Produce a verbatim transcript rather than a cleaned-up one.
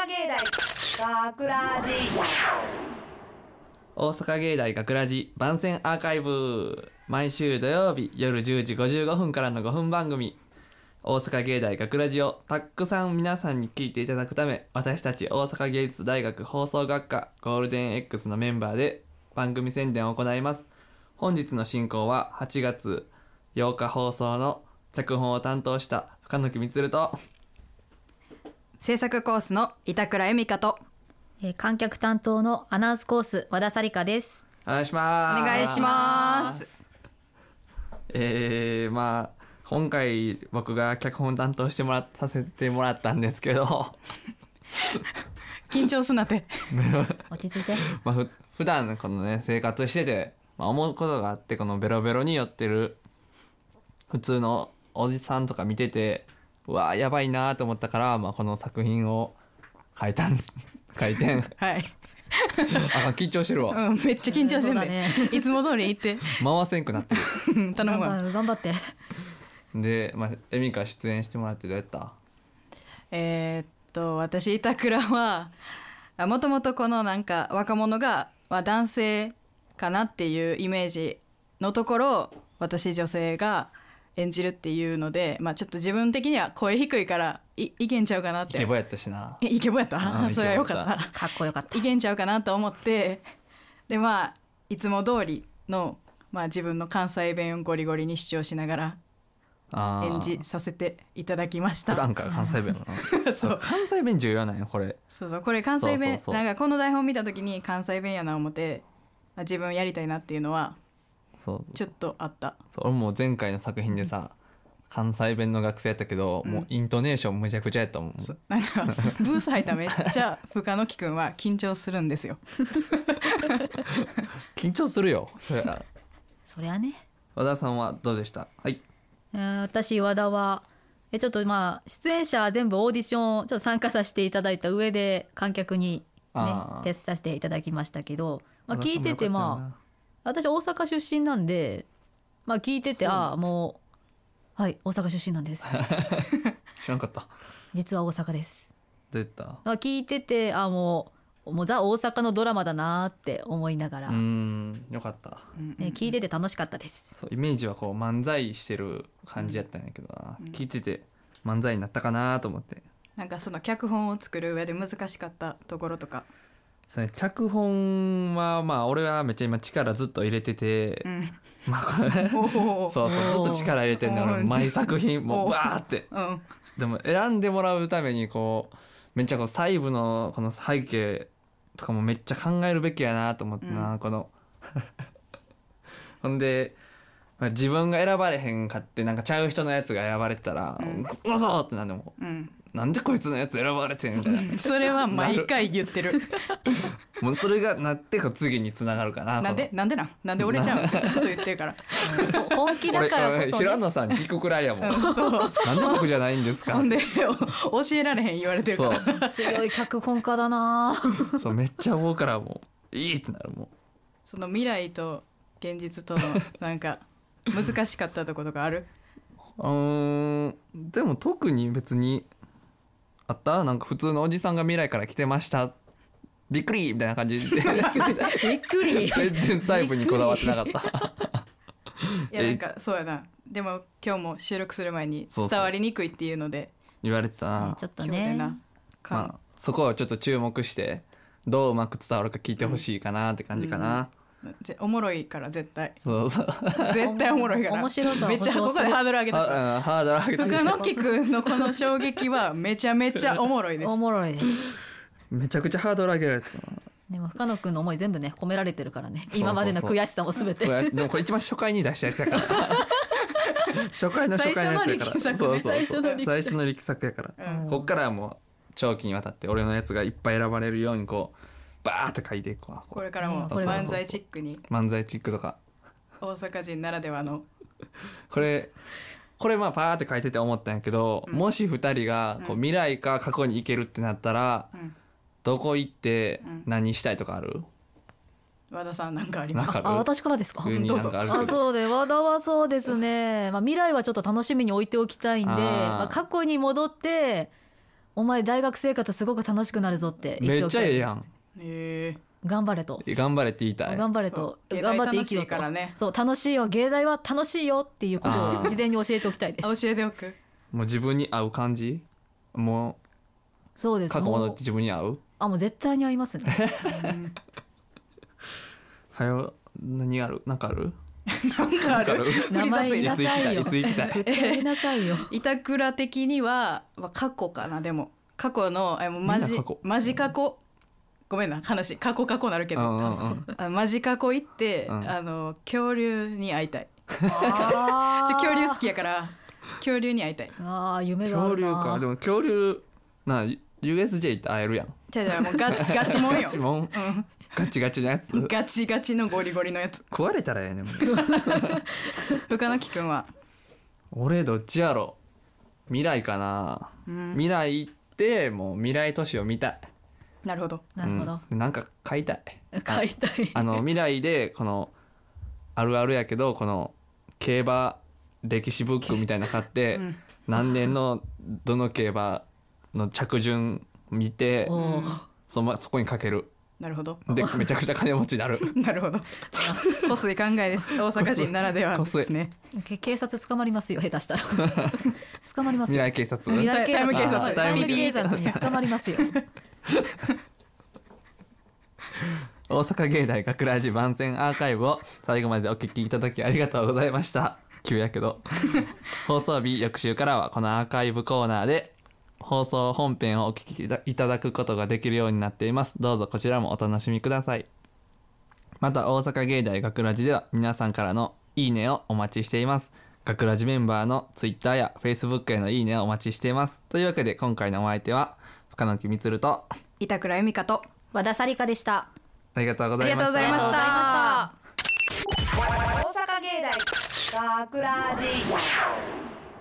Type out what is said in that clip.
阪芸大学ラジ大阪芸大学ラジ番宣アーカイブ、毎週土曜日夜じゅうじごじゅうごふんからのごふん番組、大阪芸大学ラジをたくさん皆さんに聞いていただくため、私たち大阪芸術大学放送学科ゴールデン X のメンバーで番組宣伝を行います。本日の進行ははちがつようか放送の脚本を担当した深野木充と制作コースの板倉恵美香とえー観客担当のアナウンスコース和田紗理香です。 お願いします。 お願いします。 えー、まあ今回僕が脚本担当してもらさせてもらったんですけど緊張すなって落ち着いてまあふ普段このね生活してて、まあ、思うことがあって、このベロベロに酔ってる普通のおじさんとか見てて、うわやばいなと思ったから、まあ、この作品を書いたんです書いてんはいあ緊張してるわ、 うん、めっちゃ緊張してんで、 ね、 いつも通り言って回せんくなってる頼むわ。 頑張頑張ってで、まあ、エミカ出演してもらってどうやった？ えー、っと私板倉はもともとこのなんか若者が、まあ、男性かなっていうイメージのところ、私女性が演じるっていうので、まあ、ちょっと自分的には声低いから い, いけんちゃうかなって。 イケボやったしな。 イケボやったあそれはよかったかっこよかった。 いけんちゃうかなと思って、でまあいつも通りの、まあ、自分の関西弁をゴリゴリに主張しながら演じさせていただきました。 普段から関西弁なそう関西弁重要なんよこれ。 そうそうこれ関西弁、 そうそうそう、 なんかこの台本見た時に関西弁やな思って、まあ、自分やりたいなっていうのはそうちょっとあった。 そう俺も前回の作品でさ、関西弁の学生やったけど、うん、もうイントネーションむちゃくちゃやったもん。 なんかブース入ったらめっちゃ深野木くんは緊張するんですよ緊張するよそりゃそりゃね。 和田さんはどうでした？はい、 えー、私和田はえちょっとまあ出演者全部オーディションちょっと参加させていただいた上で観客にねテストさせていただきましたけど、まあ、聞いててまあ私大阪出身なんで、まあ、聞いててああもうはい大阪出身なんです知らんかった。 実は大阪です。 どうやった？ まあ、聞いててあもうもうザ大阪のドラマだなって思いながら、 うーんよかった、 ね、聞いてて楽しかったです。 そうイメージはこう漫才してる感じやったんやけどな、うん、聞いてて漫才になったかなと思って。 なんかその脚本を作る上で難しかったところとか。 それ脚本はまあ俺はめっちゃ今力ずっと入れてて、うん、まあこれそうそうずっと力入れてんだ俺毎作品もうバーって、うん、でも選んでもらうためにこうめっちゃこう細部のこの背景とかもめっちゃ考えるべきやなと思ってな、うん、このほんで自分が選ばれへんかってなんかちゃう人のやつが選ばれてたら、うん、くそーってなんでも、うん、なんでこいつのやつ選ばれてんみたいなそれは毎回言ってるもうそれがなって次につながるかな。 なんでなんでなんなんで俺ちゃうんってずっと言ってるから本気だからこそ、ね、 平野さんに聞くくらいやもんなんで僕じゃないんですか。 ほんで教えられへん言われてるから強い脚本家だなそうめっちゃ思うからもういいってなる。もうその未来と現実とのなんか難しかったとことかある？ うーんでも特に別にあった？なんか普通のおじさんが未来から来てましたびっくりみたいな感じでびっくり全然細部にこだわってなかったいやなんかそうやな。でも今日も収録する前に伝わりにくいっていうので言われてたな、 ね、ちょっとねまあ、そこをちょっと注目してどううまく伝わるか聞いてほしいかなって感じかな、 うんうん、おもろいから絶対そうそう絶対おもろいから面白さめっちゃここでハードル上げてた。 ハードル上げてた。 深野木くんのこの衝撃はめちゃめちゃおもろいです。 おもろいです。 めちゃくちゃハードル上げられてた。 でも深野くんの思い全部ね込められてるからね。今までの悔しさも全て。 そうそうそうでもこれ一番初回に出したやつやから初回の初回のやつやから、 ね、 そうそう最初の力作最初の力作やから、うん、こっからはもう長期にわたって俺のやつがいっぱい選ばれるようにこうバーって書いていくわ。 これからも漫才チックに漫才チックとか大阪人ならではのこれこれまあパーって書いてて思ったんやけど、うん、もしふたりがこう未来か過去に行けるってなったら、うん、どこ行って何したいとかある？ 和田さんなんかありますか？ あ、私からですか？ どうぞ。 あ、そうで和田はそうですね、まあ、未来はちょっと楽しみに置いておきたいんで、あ、まあ、過去に戻ってお前大学生活すごく楽しくなるぞって言っめっておきたいです。 ちゃええやん。 へえ。 頑張れと頑張れって言いたい。 頑張れとそう頑張って生きよ芸大楽しいからね。 そう楽しいよ芸大は楽しいよっていうことを事前に教えておきたいです。 教えておく。 もう自分に合う感じ、もそうです。 う過去戻ってもう自分に合う。 あもう絶対に合いますね。 はよ、何ある、なんかある。 なんかある。 名前言いなさいよ。 いつ行きたいいつ行きたい振ってあげなさいよ。 板倉的にはまあ過去かな。でも過去のえもうマジみんな過去マジ過去。ごめんな話過去過去なるけど、 うんうんうんあマジ過去行って、 うんあの恐竜に会いたい。 あちょ恐竜好きやから恐竜に会いたい。 あー夢があ恐るな。 竜か。でも恐竜な ユーエスジェー って会えるやん。 じゃじゃもうガガチもんよガチ。もん、ガチガチのやつガチガチのゴリゴリのやつ。 食われたらええねん。 深野木くんは。 俺どっちやろ。未来かな、 うん、 未来行ってもう未来都市を見たい。 なるほど。 なるほど。 うん、なんか買いたい。 買いたい。 あの未来でこのあるあるやけどこの競馬歴史ブックみたいなの買って、 うん何年のどの競馬の着順見ておーそ, ま、そこにかける。 なるほど。 でめちゃくちゃ金持ちになる。 なるほど。こすい考えです。大阪人ならではですね。 け警察捕まりますよ下手したら。捕まります未よ。 来警察。 未来警察タイム警察あタイム警察に捕まりますよ。 大阪芸大学ラジ番宣アーカイブを最後までお聞きいただきありがとうございました。急やけど放送日翌週からはこのアーカイブコーナーで放送本編をお聞きいただくことができるようになっています。どうぞこちらもお楽しみください。また大阪芸大学ラジでは皆さんからのいいねをお待ちしています。学ラジメンバーのツイッターやフェイスブックへのいいねをお待ちしています。というわけで今回のお相手は深野木充と板倉由美香と和田紗理香でした。 ありがとうございました。 ありがとうございました。 大阪芸大学ラジ